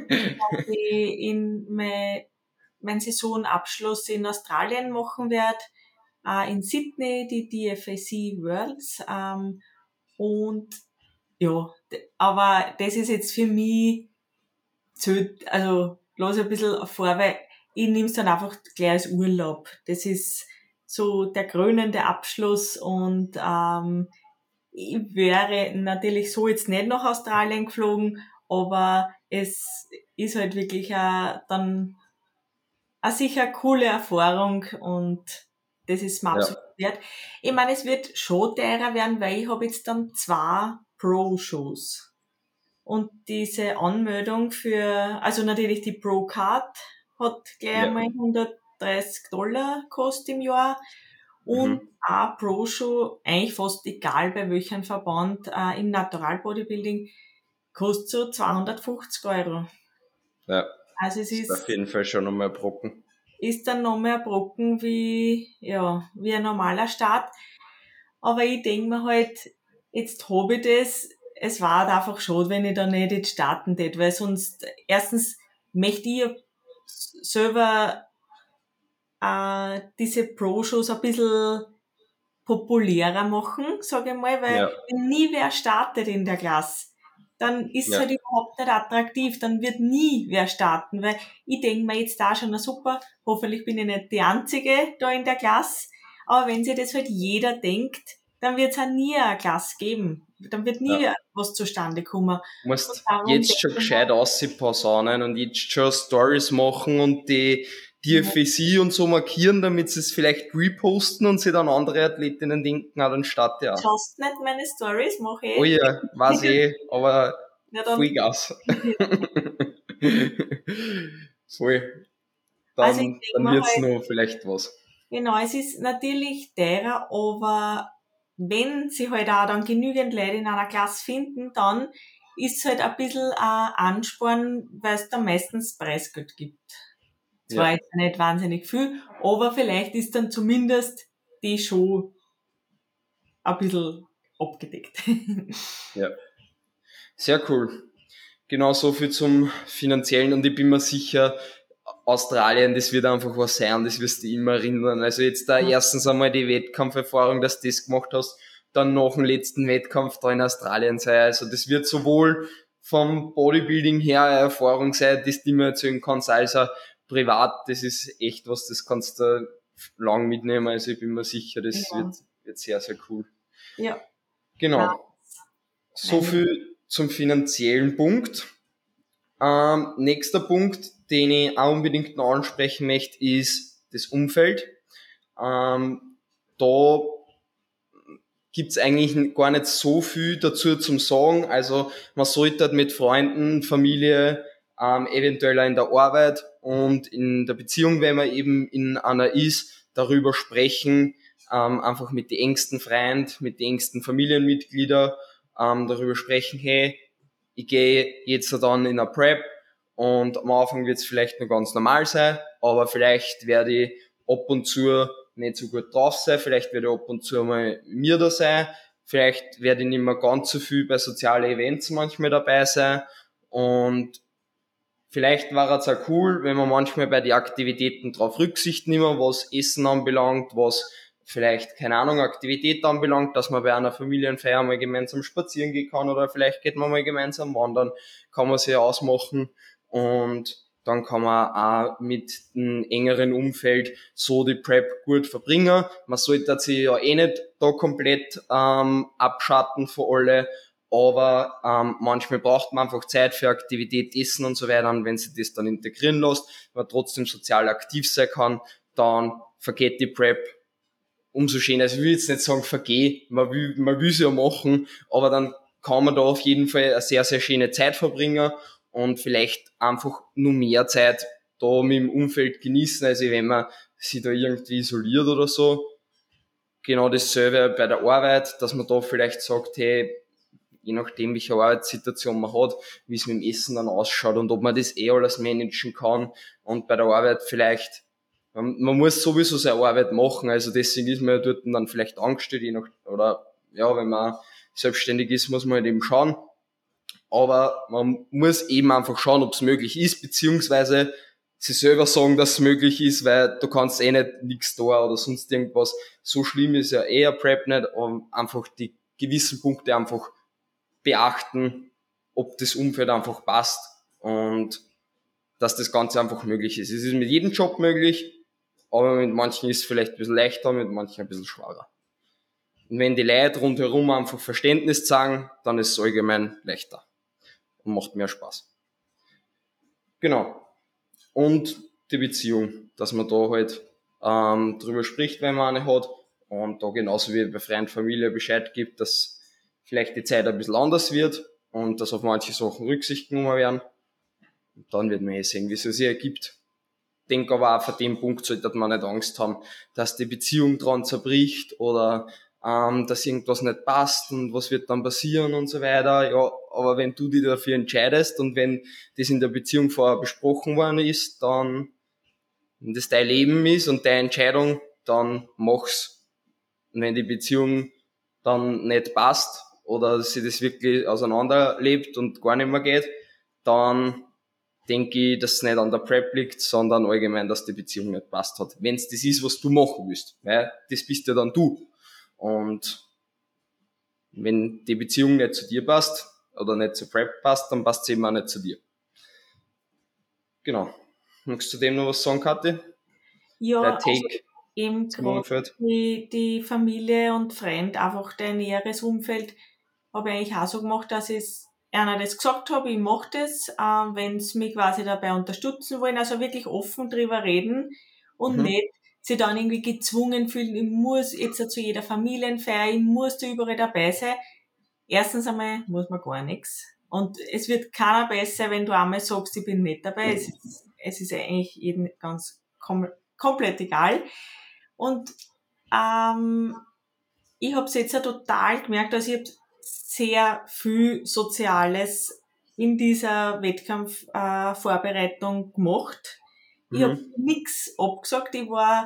in mein Saisonabschluss in Australien machen werde, in Sydney die DFAC Worlds, und ja, aber das ist jetzt für mich also lass ein bisschen vor, weil ich nehme es dann einfach gleich als Urlaub. Das ist so der krönende Abschluss und ich wäre natürlich so jetzt nicht nach Australien geflogen, aber es ist halt wirklich dann eine sicher coole Erfahrung und das ist mir Ja, absolut wert. Ich meine, es wird schon teurer werden, weil ich habe jetzt dann 2 Pro-Shows. Und diese Anmeldung also natürlich die Pro-Card hat gleich ja. einmal $130 gekostet im Jahr und Mhm. eine Pro-Show, eigentlich fast egal bei welchem Verband, im Natural Bodybuilding, kostet so 250 €. Ja, Also es ist auf ist jeden Fall schon einmal ein Brocken. dann noch mehr Brocken wie ein normaler Start. Aber ich denk mir halt, jetzt hab ich das, es war halt einfach schade, wenn ich da nicht jetzt starten tät, weil sonst, erstens möchte ich ja selber diese Pro-Shows ein bisschen populärer machen, sage ich mal, weil Ja, wenn nie wer startet in der Klasse, dann ist es ja. halt überhaupt nicht attraktiv, dann wird nie wer starten, weil ich denke mir jetzt da schon, na super, hoffentlich bin ich nicht die Einzige da in der Klasse, aber wenn sich das halt jeder denkt, dann wird es auch nie eine Klasse geben, dann wird nie Ja. was zustande kommen. Du Und musst darum jetzt denke schon ich mir, gescheit ausposaunen und jetzt schon Stories machen und die ja, DFSI und so markieren, damit sie es vielleicht reposten und sie dann andere Athletinnen denken, ah, dann starte ja. schaust nicht meine Stories, mache Oh ich. ja, weiß ich, aber Ja, Vollgas. Voll. also ich Dann denke mir wird's halt, noch vielleicht was. genau, es ist natürlich teurer, aber wenn sie halt auch dann genügend Leute in einer Klasse finden, dann ist es halt ein bisschen ein Ansporn, weil es dann meistens Preisgeld gibt. Ja, Zwar jetzt nicht wahnsinnig viel, aber vielleicht ist dann zumindest die Show ein bisschen abgedeckt. ja. Sehr cool. Genau so viel zum Finanziellen und ich bin mir sicher, Australien, das wird einfach was sein, das wirst du immer erinnern. Also jetzt da erstens einmal die Wettkampferfahrung, dass du das gemacht hast, dann noch den letzten Wettkampf da in Australien sein. Also das wird sowohl vom Bodybuilding her eine Erfahrung sein, die du mir erzählen kannst, als auch privat. Das ist echt was, das kannst du lang mitnehmen. Also ich bin mir sicher, das Ja, wird sehr, sehr cool. ja, na, Genau. So meine, viel zum finanziellen Punkt. Nächster Punkt, den ich auch unbedingt noch ansprechen möchte, ist das Umfeld. Da gibt's eigentlich gar nicht so viel dazu zum Sagen. Also man sollte halt mit Freunden, Familie, eventuell auch in der Arbeit und in der Beziehung, wenn man eben in einer ist, darüber sprechen, einfach mit den engsten Freunden, mit den engsten Familienmitgliedern, darüber sprechen, hey, ich gehe jetzt dann in eine Prep und am Anfang wird es vielleicht noch ganz normal sein, aber vielleicht werde ich ab und zu nicht so gut drauf sein, vielleicht werde ich ab und zu mal mir da sein, vielleicht werde ich nicht mehr ganz so viel bei sozialen Events manchmal dabei sein und vielleicht war es auch cool, wenn man manchmal bei den Aktivitäten drauf Rücksicht nimmt, was Essen anbelangt, was vielleicht, keine Ahnung, Aktivität anbelangt, dass man bei einer Familienfeier mal gemeinsam spazieren gehen kann oder vielleicht geht man mal gemeinsam wandern, kann man sich ausmachen und dann kann man auch mit dem engeren Umfeld so die Prep gut verbringen. Man sollte sich ja eh nicht da komplett abschatten von alle, aber manchmal braucht man einfach Zeit für Aktivität, Essen und so weiter. Und wenn sie das dann integrieren lässt, man trotzdem sozial aktiv sein kann, dann vergeht die Prep umso schöner. Also ich will jetzt nicht sagen vergeh, man will sie ja machen, aber dann kann man da auf jeden Fall eine sehr, sehr schöne Zeit verbringen und vielleicht einfach nur mehr Zeit da mit dem Umfeld genießen, also wenn man sich da irgendwie isoliert oder so. Genau dasselbe bei der Arbeit, dass man da vielleicht sagt, hey, je nachdem, welche Arbeitssituation man hat, wie es mit dem Essen dann ausschaut und ob man das eh alles managen kann und bei der Arbeit vielleicht, man muss sowieso seine Arbeit machen, also deswegen ist man ja dort dann vielleicht angestellt, je nach, oder ja, wenn man selbstständig ist, muss man halt eben schauen. Aber man muss eben einfach schauen, ob es möglich ist, beziehungsweise sie selber sagen, dass es möglich ist, weil du kannst eh nicht nichts da oder sonst irgendwas. So schlimm ist ja eher Prep nicht, aber einfach die gewissen Punkte einfach beachten, ob das Umfeld einfach passt und dass das Ganze einfach möglich ist. Es ist mit jedem Job möglich, aber mit manchen ist es vielleicht ein bisschen leichter, mit manchen ein bisschen schwerer. Und wenn die Leute rundherum einfach Verständnis zeigen, dann ist es allgemein leichter und macht mehr Spaß. Genau. Und die Beziehung, dass man da halt drüber spricht, wenn man eine hat und da genauso wie bei Freund Familie Bescheid gibt, dass vielleicht die Zeit ein bisschen anders wird und dass auf manche Sachen Rücksicht genommen werden. Und dann wird man eh sehen, wie es sich ergibt. Ich denke aber auch, von dem Punkt sollte man nicht Angst haben, dass die Beziehung dran zerbricht oder dass irgendwas nicht passt und was wird dann passieren und so weiter. Ja, aber wenn du dich dafür entscheidest und wenn das in der Beziehung vorher besprochen worden ist, dann, wenn das dein Leben ist und deine Entscheidung, dann mach's. Und wenn die Beziehung dann nicht passt oder sie das wirklich auseinanderlebt und gar nicht mehr geht, dann denke ich, dass es nicht an der Prep liegt, sondern allgemein, dass die Beziehung nicht passt hat. Wenn es das ist, was du machen willst, weil das bist ja dann du. Und wenn die Beziehung nicht zu dir passt oder nicht zur Prep passt, dann passt sie eben auch nicht zu dir. Genau. Magst du dem noch was sagen, Kathi? Ja, Dein also Take eben zum gerade Umfeld? die Familie und Freund, einfach dein näheres Umfeld, habe ich eigentlich auch so gemacht, dass ich einer das gesagt habe, ich mache das, wenn sie mich quasi dabei unterstützen wollen, also wirklich offen drüber reden und Mhm. nicht sie dann irgendwie gezwungen fühlen, ich muss jetzt zu jeder Familienfeier, ich muss da überall dabei sein. Erstens einmal muss man gar nichts. Und es wird keiner besser, wenn du einmal sagst, ich bin nicht dabei. Es ist eigentlich jedem ganz komplett egal. Und ich habe es jetzt ja total gemerkt, also ich habe sehr viel Soziales in dieser Wettkampfvorbereitung gemacht. Ich habe Mhm. nichts abgesagt. Ich war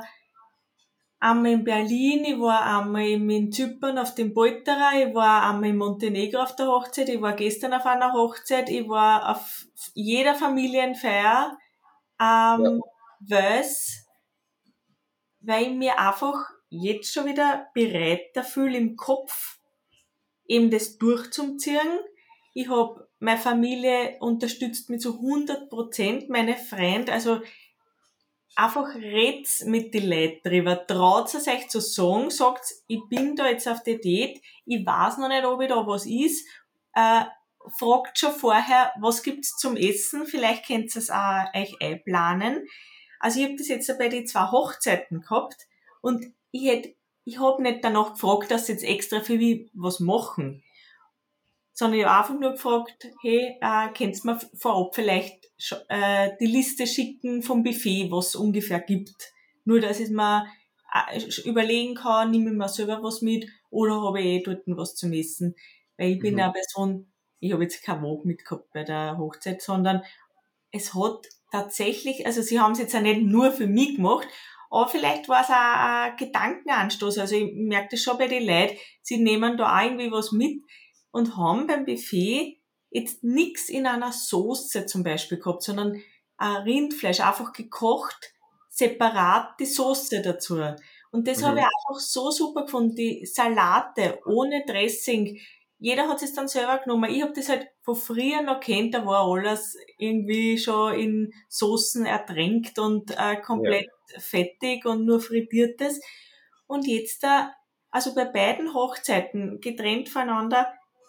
einmal in Berlin, ich war einmal in Zypern auf dem Polterer, ich war einmal in Montenegro auf der Hochzeit, ich war gestern auf einer Hochzeit, ich war auf jeder Familienfeier, Ja. weil's weil ich mir einfach jetzt schon wieder bereiter fühle im Kopf, eben das durchzuziehen. Ich habe meine Familie unterstützt mich zu 100%, meine Freunde, also einfach red's mit den Leuten drüber, traut es euch zu sagen, sagt, ich bin da jetzt auf der Diät, ich weiß noch nicht, ob ich da was ist, fragt schon vorher, was gibt's zum Essen, vielleicht könnt ihr es auch euch einplanen. Also ich habe das jetzt bei den 2 Hochzeiten gehabt und ich hab nicht danach gefragt, dass sie jetzt extra für mich was machen, sondern ich habe einfach nur gefragt, hey, könnt ihr mir vorab vielleicht die Liste schicken vom Buffet, was es ungefähr gibt. Nur, dass ich mir überlegen kann, nehme ich mir selber was mit oder habe ich dort was zum Essen. Weil ich bin Mhm. eine Person, ich habe jetzt kein Wok mitgehabt bei der Hochzeit, sondern es hat tatsächlich, also sie haben es jetzt ja nicht nur für mich gemacht, aber vielleicht war es auch ein Gedankenanstoß. Also ich merke das schon bei den Leuten, sie nehmen da auch irgendwie was mit und haben beim Buffet jetzt nichts in einer Soße zum Beispiel gehabt, sondern ein Rindfleisch einfach gekocht, separat die Soße dazu. Und das habe ich Mhm. einfach so super gefunden, die Salate ohne Dressing. Jeder hat es dann selber genommen. Ich habe das halt von früher noch kennt, da war alles irgendwie schon in Soßen ertränkt und Ja. komplett fettig und nur frittiertes. Und jetzt da, also bei beiden Hochzeiten getrennt voneinander,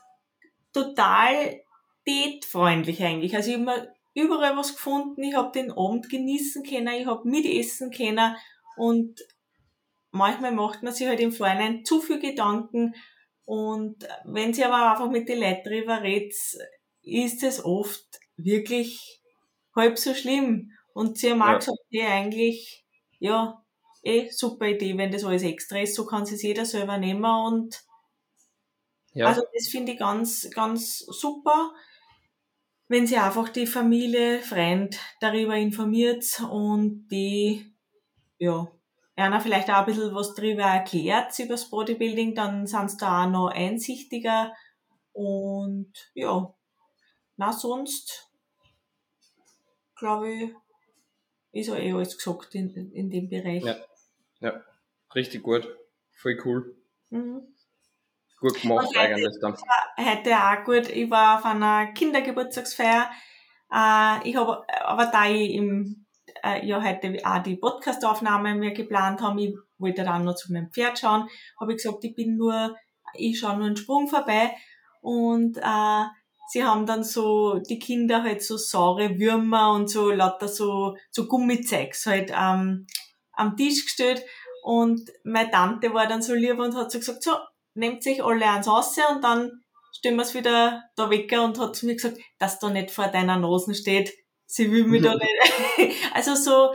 total diätfreundlich eigentlich. Also ich habe mir überall was gefunden, ich habe den Abend genießen können, ich habe mitessen können und manchmal macht man sich halt im Vorhinein zu viel Gedanken und wenn sie aber einfach mit den Leuten drüber redet, ist es oft wirklich halb so schlimm. Und sie haben auch Ja. gesagt, hey, eigentlich, ja, super Idee, wenn das alles extra ist, so kann es jeder selber nehmen und also Ja. das finde ich ganz, ganz super, wenn sie einfach die Familie, Freund darüber informiert und die, ja. einer vielleicht auch ein bisschen was drüber erklärt, über das Bodybuilding, dann sind sie da auch noch einsichtiger. Und ja, na sonst, glaube ich, ist auch alles gesagt in dem Bereich. Ja, richtig gut. Voll cool. Mhm. Gut gemacht eigentlich dann. Heute auch gut. Ich war auf einer Kindergeburtstagsfeier. Ich habe, aber da ich heute auch die Podcastaufnahme mir geplant habe, ich wollte dann noch zu meinem Pferd schauen, habe ich gesagt, ich schaue nur einen Sprung vorbei. Und sie haben dann so, die Kinder halt so saure Würmer und so lauter so Gummizeugs halt am Tisch gestellt. Und meine Tante war dann so lieb und hat so gesagt, so, nehmt sich alle eins raus und dann stellen wir es wieder da weg und hat zu mir gesagt, dass da nicht vor deiner Nase steht. Sie will mich da nicht. Also so,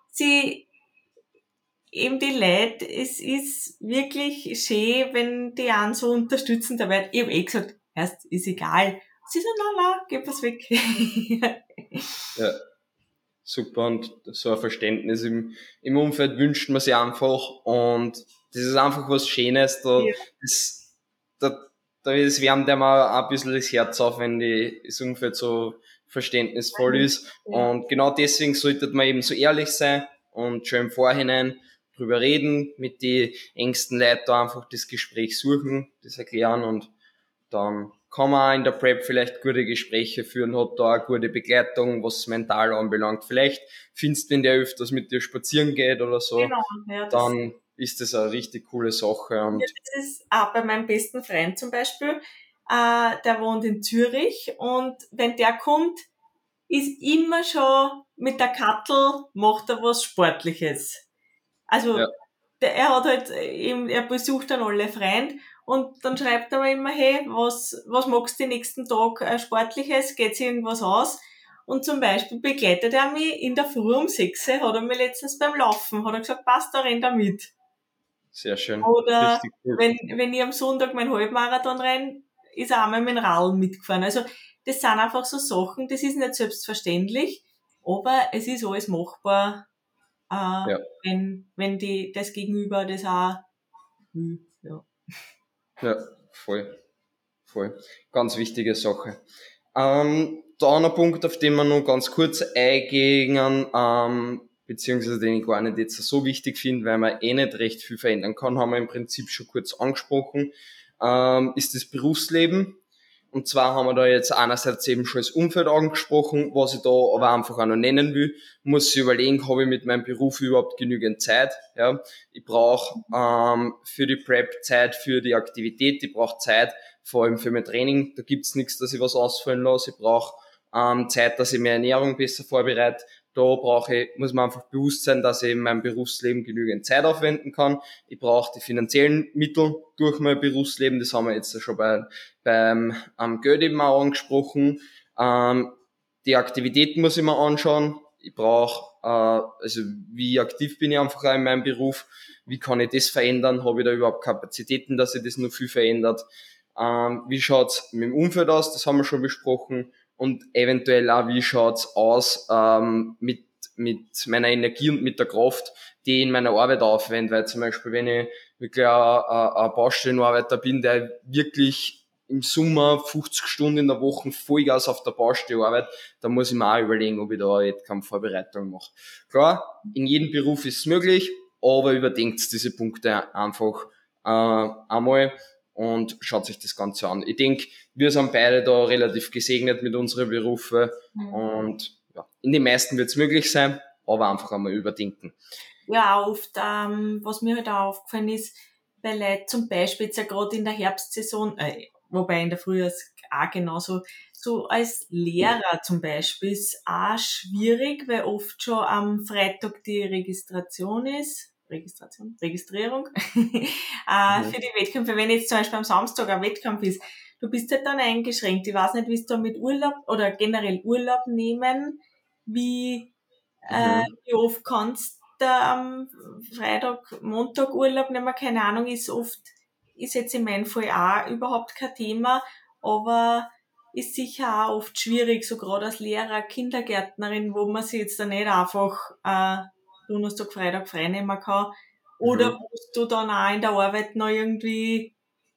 eben die Leute, es ist wirklich schön, wenn die einen so unterstützen dabei. Ich habe gesagt, erst ist egal. Sie so, na, gib was weg. Ja, super. Und so ein Verständnis im Umfeld wünscht man sich einfach. Und das ist einfach was Schönes. Ja. Da wärmt einem auch ein bisschen das Herz auf, wenn das Umfeld so verständnisvoll ist. Ja. Und genau deswegen sollte man eben so ehrlich sein und schon im Vorhinein drüber reden, mit die engsten Leuten da einfach das Gespräch suchen, das erklären und dann kann man auch in der Prep vielleicht gute Gespräche führen, hat da eine gute Begleitung, was mental anbelangt. Vielleicht findest du, wenn der öfters mit dir spazieren geht oder so, Genau, ja, dann ist das eine richtig coole Sache. Und das ist auch bei meinem besten Freund zum Beispiel. Der wohnt in Zürich und wenn der kommt, ist immer schon mit der Kattel, macht er was Sportliches. Also, ja, er hat halt eben, er besucht dann alle Freunde und dann schreibt er mir immer, hey, was magst du den nächsten Tag Sportliches? Geht's irgendwas aus? Und zum Beispiel begleitet er mich in der Früh um 6, hat er mir letztens beim Laufen, hat er gesagt, passt, da rennt er mit. sehr schön. Oder Richtig cool. wenn ich am Sonntag meinen Halbmarathon renne, ist er einmal mit dem Radl mitgefahren. Also, das sind einfach so Sachen, das ist nicht selbstverständlich, aber es ist alles machbar, Ja. wenn das Gegenüber das auch will. Ja. Ja, voll. Ganz wichtige Sache. Da ein Punkt, auf den wir noch ganz kurz eingehen, beziehungsweise den ich gar nicht jetzt so wichtig finde, weil man eh nicht recht viel verändern kann, haben wir im Prinzip schon kurz angesprochen, ist das Berufsleben. Und zwar haben wir da jetzt einerseits eben schon das Umfeld angesprochen, was ich da aber einfach auch noch nennen will. Muss ich überlegen, habe ich mit meinem Beruf überhaupt genügend Zeit? Ja, ich brauche für die Prep Zeit, für die Aktivität, ich brauche Zeit, vor allem für mein Training. Da gibt's nichts, dass ich was ausfallen lasse. Ich brauche Zeit, dass ich meine Ernährung besser vorbereite. Da muss man einfach bewusst sein, dass ich in meinem Berufsleben genügend Zeit aufwenden kann. Ich brauche die finanziellen Mittel durch mein Berufsleben. Das haben wir jetzt schon beim Geld eben auch angesprochen. Die Aktivitäten muss ich mir anschauen. Ich brauche, also wie aktiv bin ich einfach auch in meinem Beruf? Wie kann ich das verändern? Habe ich da überhaupt Kapazitäten, dass sich das noch viel verändert? Wie schaut's mit dem Umfeld aus? Das haben wir schon besprochen. Und eventuell auch, wie schaut's aus mit meiner Energie und mit der Kraft, die ich in meiner Arbeit aufwende. Weil zum Beispiel, wenn ich wirklich ein Baustellenarbeiter bin, der wirklich im Sommer 50 Stunden in der Woche Vollgas auf der Baustelle arbeitet, dann muss ich mir auch überlegen, ob ich da eine Wettkampfvorbereitung mache. Klar, in jedem Beruf ist es möglich, aber überdenkt diese Punkte einfach einmal und schaut sich das Ganze an. Ich denke, wir sind beide da relativ gesegnet mit unseren Berufen und ja, in den meisten wird es möglich sein, aber einfach einmal überdenken. Ja, auch oft, was mir halt auch aufgefallen ist, bei Leuten zum Beispiel jetzt ja gerade in der Herbstsaison, wobei in der Frühjahr auch genauso, so als Lehrer zum Beispiel ist auch schwierig, weil oft schon am Freitag die Registrierung für die Wettkämpfe. Wenn jetzt zum Beispiel am Samstag ein Wettkampf ist, du bist halt dann eingeschränkt. Ich weiß nicht, wie es da mit Urlaub oder generell Urlaub nehmen, wie oft kannst du am Freitag, Montag Urlaub nehmen, keine Ahnung, ist jetzt in meinem Fall auch überhaupt kein Thema, aber ist sicher auch oft schwierig, so gerade als Lehrer, Kindergärtnerin, wo man sich jetzt da nicht einfach Donnerstag, Freitag frei nehmen kann. Oder musst du dann auch in der Arbeit noch irgendwie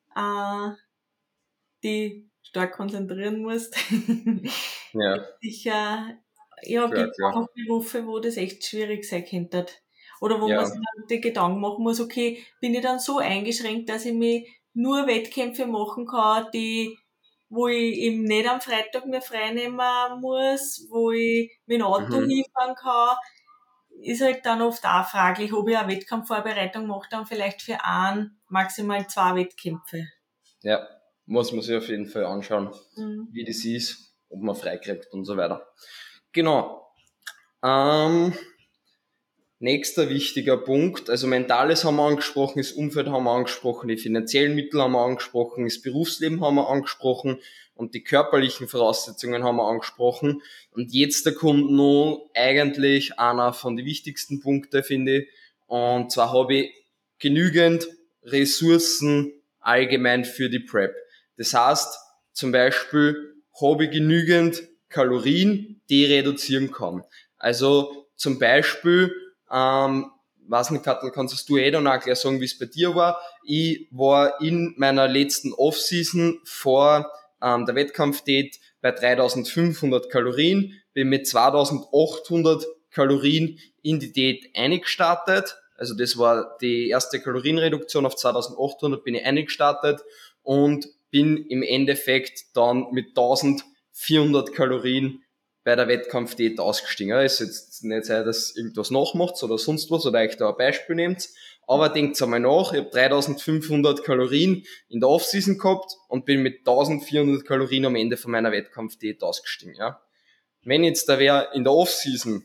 die stark konzentrieren musst. Ja, Sicher, ja, klar, gibt klar. einfach Berufe, wo das echt schwierig sein könnte. Oder wo man Ja. sich dann die Gedanken machen muss, okay, bin ich dann so eingeschränkt, dass ich mich nur Wettkämpfe machen kann, wo ich eben nicht am Freitag mir freinehmen muss, wo ich mit dem Auto Mhm. hinfahren kann, ist halt dann oft auch fraglich, ob ich eine Wettkampfvorbereitung mache, dann vielleicht für einen, maximal 2 Wettkämpfe. Ja, muss man sich auf jeden Fall anschauen, Mhm. wie das ist, ob man freikriegt und so weiter. Genau. Ähm, Nächster wichtiger Punkt, also Mentales haben wir angesprochen, das Umfeld haben wir angesprochen, die finanziellen Mittel haben wir angesprochen, das Berufsleben haben wir angesprochen und die körperlichen Voraussetzungen haben wir angesprochen. Und jetzt da kommt noch eigentlich einer von den wichtigsten Punkten, finde ich. Und zwar habe ich genügend Ressourcen allgemein für die Prep. Das heißt, zum Beispiel habe ich genügend Kalorien, die ich reduzieren kann. Also zum Beispiel weiß nicht, Kattel, kannst du dann auch gleich sagen, wie es bei dir war. Ich war in meiner letzten Off-Season vor der Wettkampfdiät bei 3500 Kalorien, bin mit 2800 Kalorien in die Diät eingestartet. Also das war die erste Kalorienreduktion auf 2800, bin ich eingestartet und bin im Endeffekt dann mit 1400 Kalorien bei der Wettkampfdiät ausgestiegen. Ja, ist jetzt nicht sein, dass irgendwas nachmacht oder sonst was oder euch da ein Beispiel nehmt. Aber denkt einmal nach, ich habe 3500 Kalorien in der Offseason gehabt und bin mit 1400 Kalorien am Ende von meiner Wettkampfdiät ausgestiegen. Ja. Wenn jetzt da wer in der Offseason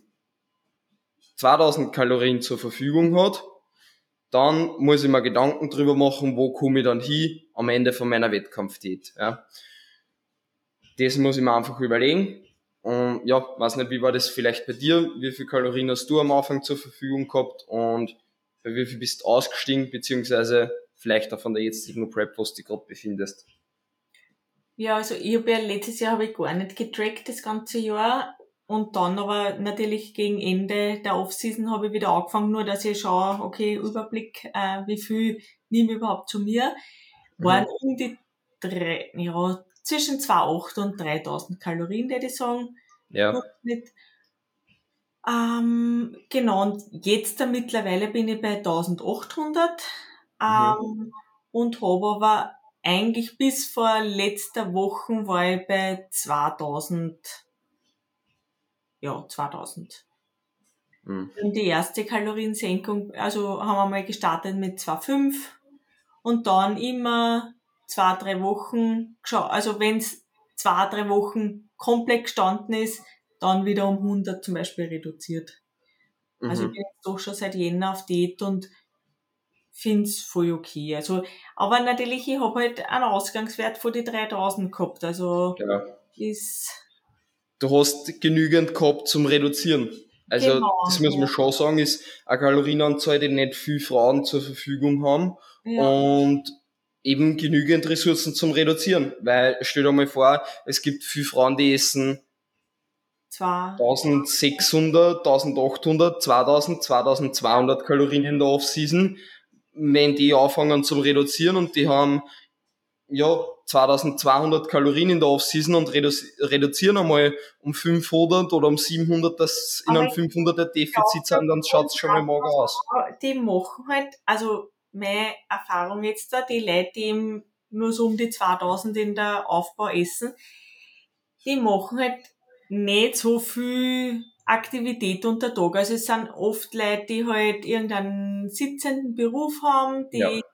2000 Kalorien zur Verfügung hat, dann muss ich mir Gedanken drüber machen, wo komme ich dann hin am Ende von meiner Wettkampfdiät. Ja. Das muss ich mir einfach überlegen. Und ja, weiß nicht, wie war das vielleicht bei dir? Wie viel Kalorien hast du am Anfang zur Verfügung gehabt und bei wie viel bist du ausgestiegen, beziehungsweise vielleicht auch von der jetzigen Prep, wo du dich gerade befindest? Ja, also ich habe ja letztes Jahr habe ich gar nicht getrackt das ganze Jahr und dann aber natürlich gegen Ende der Offseason habe ich wieder angefangen, nur dass ich schaue, okay, Überblick, wie viel nehme ich überhaupt zu mir, waren Mhm. um die zwischen 2.800 und 3.000 Kalorien, würde ich sagen. Ja. Durchschnitt. Genau, und jetzt mittlerweile bin ich bei 1.800 Mhm. und habe aber eigentlich bis vor letzter Woche war ich bei 2.000, ja, 2.000. Mhm. Und die erste Kaloriensenkung, also haben wir mal gestartet mit 2,5 und dann immer 2, 3 Wochen geschaut. Also wenn es 2, 3 Wochen komplett gestanden ist, dann wieder um 100 zum Beispiel reduziert. Also ich Mhm. bin jetzt doch schon seit Jänner auf Diät und find's voll okay. Also, aber natürlich, ich habe halt einen Ausgangswert von die 3.000 gehabt. Also Genau. ist Du hast genügend gehabt zum Reduzieren. Also, das genau, muss man ja. schon sagen, ist eine Kalorienanzahl, die nicht viele Frauen zur Verfügung haben Ja, und eben genügend Ressourcen zum Reduzieren. Weil, stell dir mal vor, es gibt viele Frauen, die essen zwar, 1600, 1800, 2000, 2200 Kalorien in der Off-Season. Wenn die anfangen zum Reduzieren und die haben ja 2200 Kalorien in der Off-Season und reduzieren einmal um 500 oder um 700, dass in aber einem ich 500er glaube, Defizit sind, dann schaut's schon mal mager aus. die machen halt, also meine Erfahrung jetzt da, die Leute, die eben nur so um die 2.000 in der Aufbau essen, die machen halt nicht so viel Aktivität unter Tag. Also es sind oft Leute, die halt irgendeinen sitzenden Beruf haben, Ja, die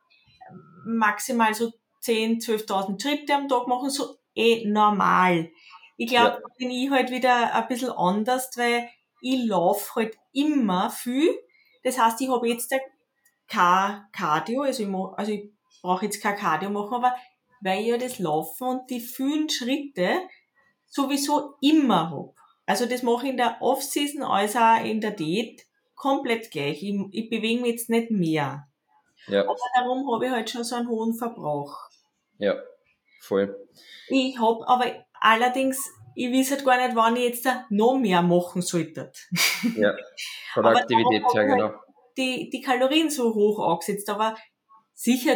maximal so 10.000, 12.000 Schritte am Tag machen, so normal. Ich glaube, ja, da bin ich halt wieder ein bisschen anders, weil ich laufe halt immer viel. Das heißt, ich habe jetzt kein Cardio, also ich brauche jetzt kein Cardio machen, aber weil ich ja das Laufen und die vielen Schritte sowieso immer hab. Also das mache ich in der Off-Season als auch in der Diät komplett gleich. Ich bewege mich jetzt nicht mehr. ja, Aber darum habe ich halt schon so einen hohen Verbrauch. ja, voll. Ich habe aber allerdings, ich weiß halt gar nicht, wann ich jetzt da noch mehr machen sollte. Ja, von der Aber darum Aktivität habe her, ich halt genau. die Kalorien so hoch angesetzt, aber sicher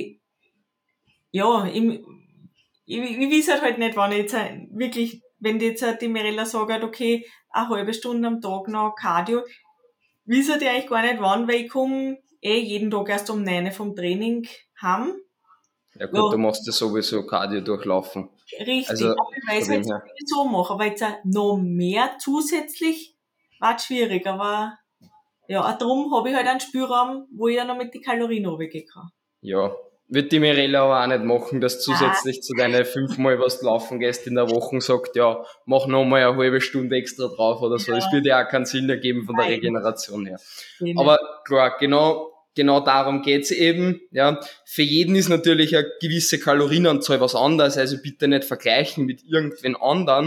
ja, ich weiß halt nicht, wann ich jetzt wirklich, wenn jetzt die Mirella sagt, okay, eine halbe Stunde am Tag noch Cardio, weiß ich eigentlich gar nicht wann, weil ich komme jeden Tag erst um 9 vom Training heim. Ja gut, du Ja, machst ja sowieso Cardio durchlaufen. richtig. Also Aber ich von weiß halt dem her. so machen, aber jetzt noch mehr zusätzlich war schwierig, aber ja, auch darum habe ich halt einen Spielraum, wo ich ja noch mit den Kalorien runtergehen kann. Ja, wird die Mirella aber auch nicht machen, dass Ah, zusätzlich zu deinen 5-mal, was du laufen gehst in der Woche, sagt, ja, mach nochmal eine halbe Stunde extra drauf oder so. Das ja, würde ja auch keinen Sinn ergeben von der nein, Regeneration her. eh nicht. Aber klar, genau darum geht's eben. Ja, für jeden ist natürlich eine gewisse Kalorienanzahl was anderes, also bitte nicht vergleichen mit irgendwen anderen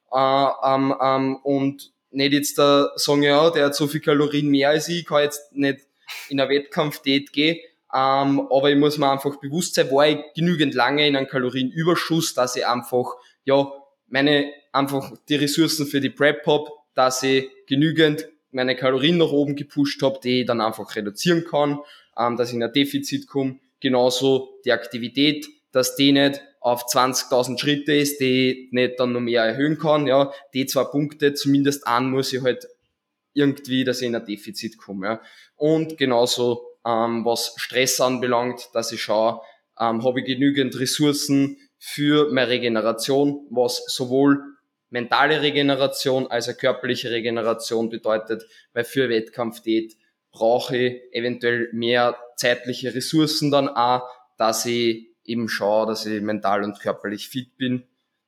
und nicht jetzt da sagen, ja, der hat so viel Kalorien mehr als ich kann jetzt nicht in eine Wettkampfdiät gehen. Aber ich muss mir einfach bewusst sein, war ich genügend lange in einem Kalorienüberschuss, dass ich einfach, ja, einfach die Ressourcen für die Prep habe, dass ich genügend meine Kalorien nach oben gepusht habe, die ich dann einfach reduzieren kann, dass ich in ein Defizit komme. Genauso die Aktivität, dass die nicht auf 20.000 Schritte ist, die ich nicht dann noch mehr erhöhen kann. Ja, die 2 Punkte, zumindest an muss ich halt irgendwie, dass ich in ein Defizit komme. Ja. Und genauso, was Stress anbelangt, dass ich schaue, habe ich genügend Ressourcen für meine Regeneration, was sowohl mentale Regeneration als auch körperliche Regeneration bedeutet, weil für Wettkampfdiät brauche ich eventuell mehr zeitliche Ressourcen dann auch, dass ich eben schaue, dass ich mental und körperlich fit bin,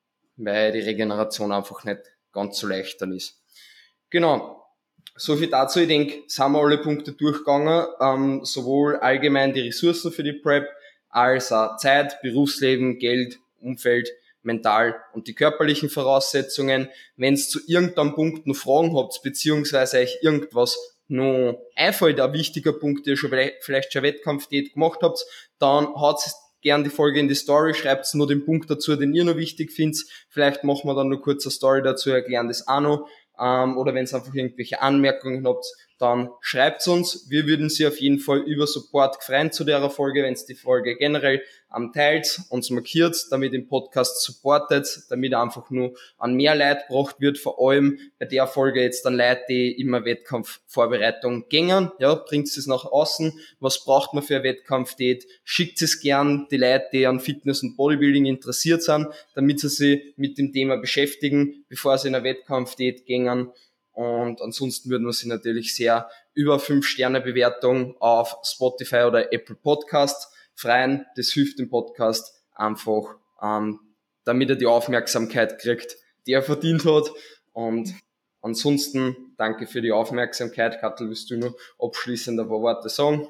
weil die Regeneration einfach nicht ganz so leicht dann ist. Genau. So viel dazu. Ich denke, sind wir alle Punkte durchgegangen. Sowohl allgemein die Ressourcen für die Prep, als auch Zeit, Berufsleben, Geld, Umfeld, mental und die körperlichen Voraussetzungen. Wenn es zu irgendeinem Punkt noch Fragen habt, beziehungsweise euch irgendwas noch einfällt, ein wichtiger Punkt, der ihr schon vielleicht schon Wettkampfdiät gemacht habt, dann haut gern die Folge in die Story, schreibt nur den Punkt dazu, den ihr noch wichtig findet. Vielleicht machen wir dann noch kurz eine Story dazu, erklären das auch noch. Oder wenn ihr einfach irgendwelche Anmerkungen habt, dann schreibt's uns. Wir würden Sie auf jeden Fall über Support freuen zu der Folge, wenn es die Folge generell teilt, uns markiert, damit den Podcast supportet, damit er einfach nur an mehr Leute gebracht wird, vor allem bei der Folge jetzt dann Leute, die immer Wettkampfvorbereitung gängen, ja, bringt es nach außen, was braucht man für eine Wettkampfdiät, schickt es gern die Leute, die an Fitness und Bodybuilding interessiert sind, damit sie sich mit dem Thema beschäftigen, bevor sie in eine Wettkampfdiät gängen. Und ansonsten würden wir sie natürlich sehr über 5-Sterne-Bewertung auf Spotify oder Apple Podcast freuen. Das hilft dem Podcast einfach, damit er die Aufmerksamkeit kriegt, die er verdient hat. Und ansonsten danke für die Aufmerksamkeit. Kattel, willst du noch abschließend ein paar Worte sagen?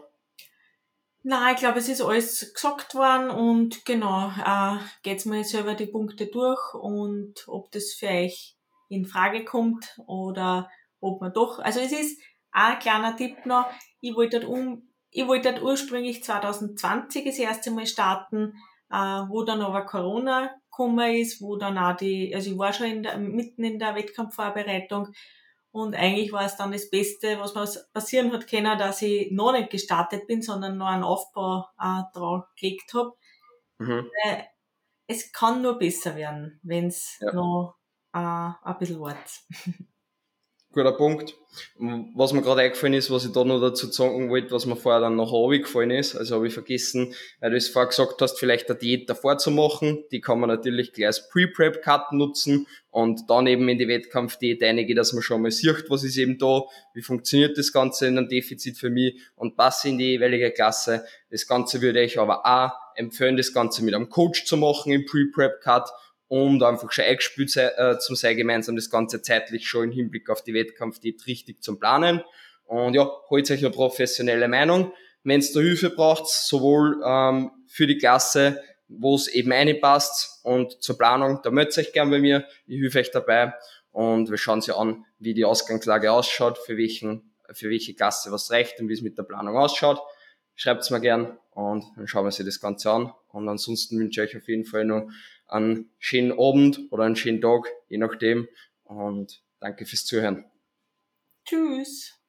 Nein, ich glaube, es ist alles gesagt worden und genau, geht's mal selber die Punkte durch und ob das für euch in Frage kommt oder ob man doch, also es ist auch ein kleiner Tipp noch, ich wollte ursprünglich 2020 das erste Mal starten, wo dann aber Corona gekommen ist, wo dann auch also ich war schon mitten in der Wettkampfvorbereitung und eigentlich war es dann das Beste, was mir passieren hat können, dass ich noch nicht gestartet bin, sondern noch einen Aufbau drauf gelegt habe. Mhm. Es kann nur besser werden, wenn es Ja. noch ein bisschen wartet. Guter Punkt. Was mir gerade eingefallen ist, was ich da noch dazu sagen wollte, was mir vorher dann noch runtergefallen ist, also habe ich vergessen, weil du es vorher gesagt hast, vielleicht eine Diät davor zu machen, die kann man natürlich gleich als Pre-Prep-Cut nutzen und dann eben in die Wettkampfdiät reingehen, dass man schon mal sieht, was ist eben da, wie funktioniert das Ganze in einem Defizit für mich und passe in die jeweilige Klasse. Das Ganze würde ich aber auch empfehlen, das Ganze mit einem Coach zu machen im Pre-Prep-Cut, und einfach schon eingespielt zum sei gemeinsam das Ganze zeitlich schon im Hinblick auf die Wettkampfdiät richtig zum Planen. Und ja, holt euch eine professionelle Meinung. Wenn es da Hilfe braucht, sowohl für die Klasse, wo es eben reinpasst und zur Planung, da meldet euch gern bei mir. Ich helfe euch dabei und wir schauen sie an, wie die Ausgangslage ausschaut, für welche Klasse was reicht und wie es mit der Planung ausschaut. Schreibt's mir gern und dann schauen wir sich das Ganze an. Und ansonsten wünsche ich euch auf jeden Fall noch einen schönen Abend oder einen schönen Tag, je nachdem. Und danke fürs Zuhören. Tschüss!